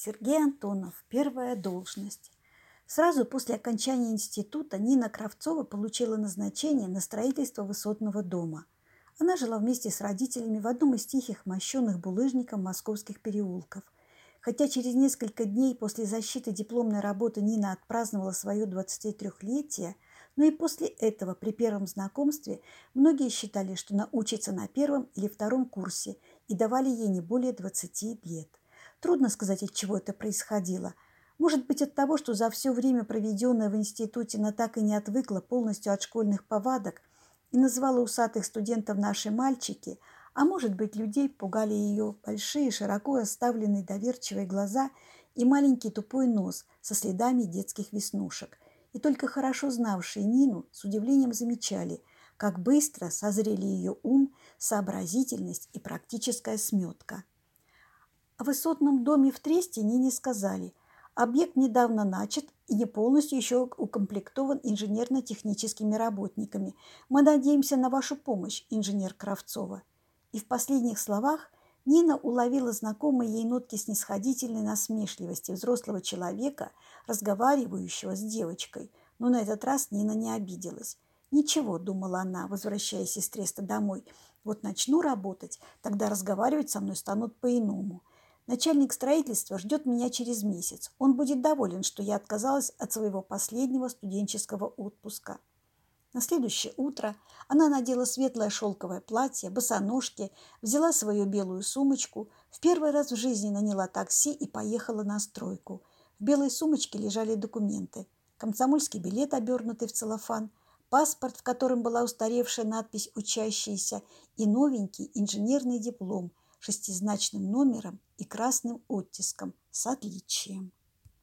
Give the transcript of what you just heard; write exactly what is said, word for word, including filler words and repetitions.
Сергей Антонов. Первая должность. Сразу после окончания института Нина Кравцова получила назначение на строительство высотного дома. Она жила вместе с родителями в одном из тихих, мощенных булыжником московских переулков. Хотя через несколько дней после защиты дипломной работы Нина отпраздновала свое двадцатитрёхлетие, но и после этого при первом знакомстве многие считали, что она учится на первом или втором курсе и давали ей не более двадцати лет. Трудно сказать, от чего это происходило. Может быть, от того, что за все время, проведенное в институте, она так и не отвыкла полностью от школьных повадок и называла усатых студентов «наши мальчики», а может быть, людей пугали ее большие, широко расставленные доверчивые глаза и маленький тупой нос со следами детских веснушек. И только хорошо знавшие Нину с удивлением замечали, как быстро созрели ее ум, сообразительность и практическая сметка. О высотном доме в Тресте Нине сказали: объект недавно начат и не полностью еще укомплектован инженерно-техническими работниками. Мы надеемся на вашу помощь, инженер Кравцова. И в последних словах Нина уловила знакомые ей нотки снисходительной насмешливости взрослого человека, разговаривающего с девочкой. Но на этот раз Нина не обиделась. «Ничего», – думала она, возвращаясь из Треста домой, – «вот начну работать, тогда разговаривать со мной станут по-иному. Начальник строительства ждет меня через месяц. Он будет доволен, что я отказалась от своего последнего студенческого отпуска». На следующее утро она надела светлое шелковое платье, босоножки, взяла свою белую сумочку, в первый раз в жизни наняла такси и поехала на стройку. В белой сумочке лежали документы: комсомольский билет, обернутый в целлофан, паспорт, в котором была устаревшая надпись «Учащийся», и новенький инженерный диплом с шестизначным номером и красным оттиском с отличием.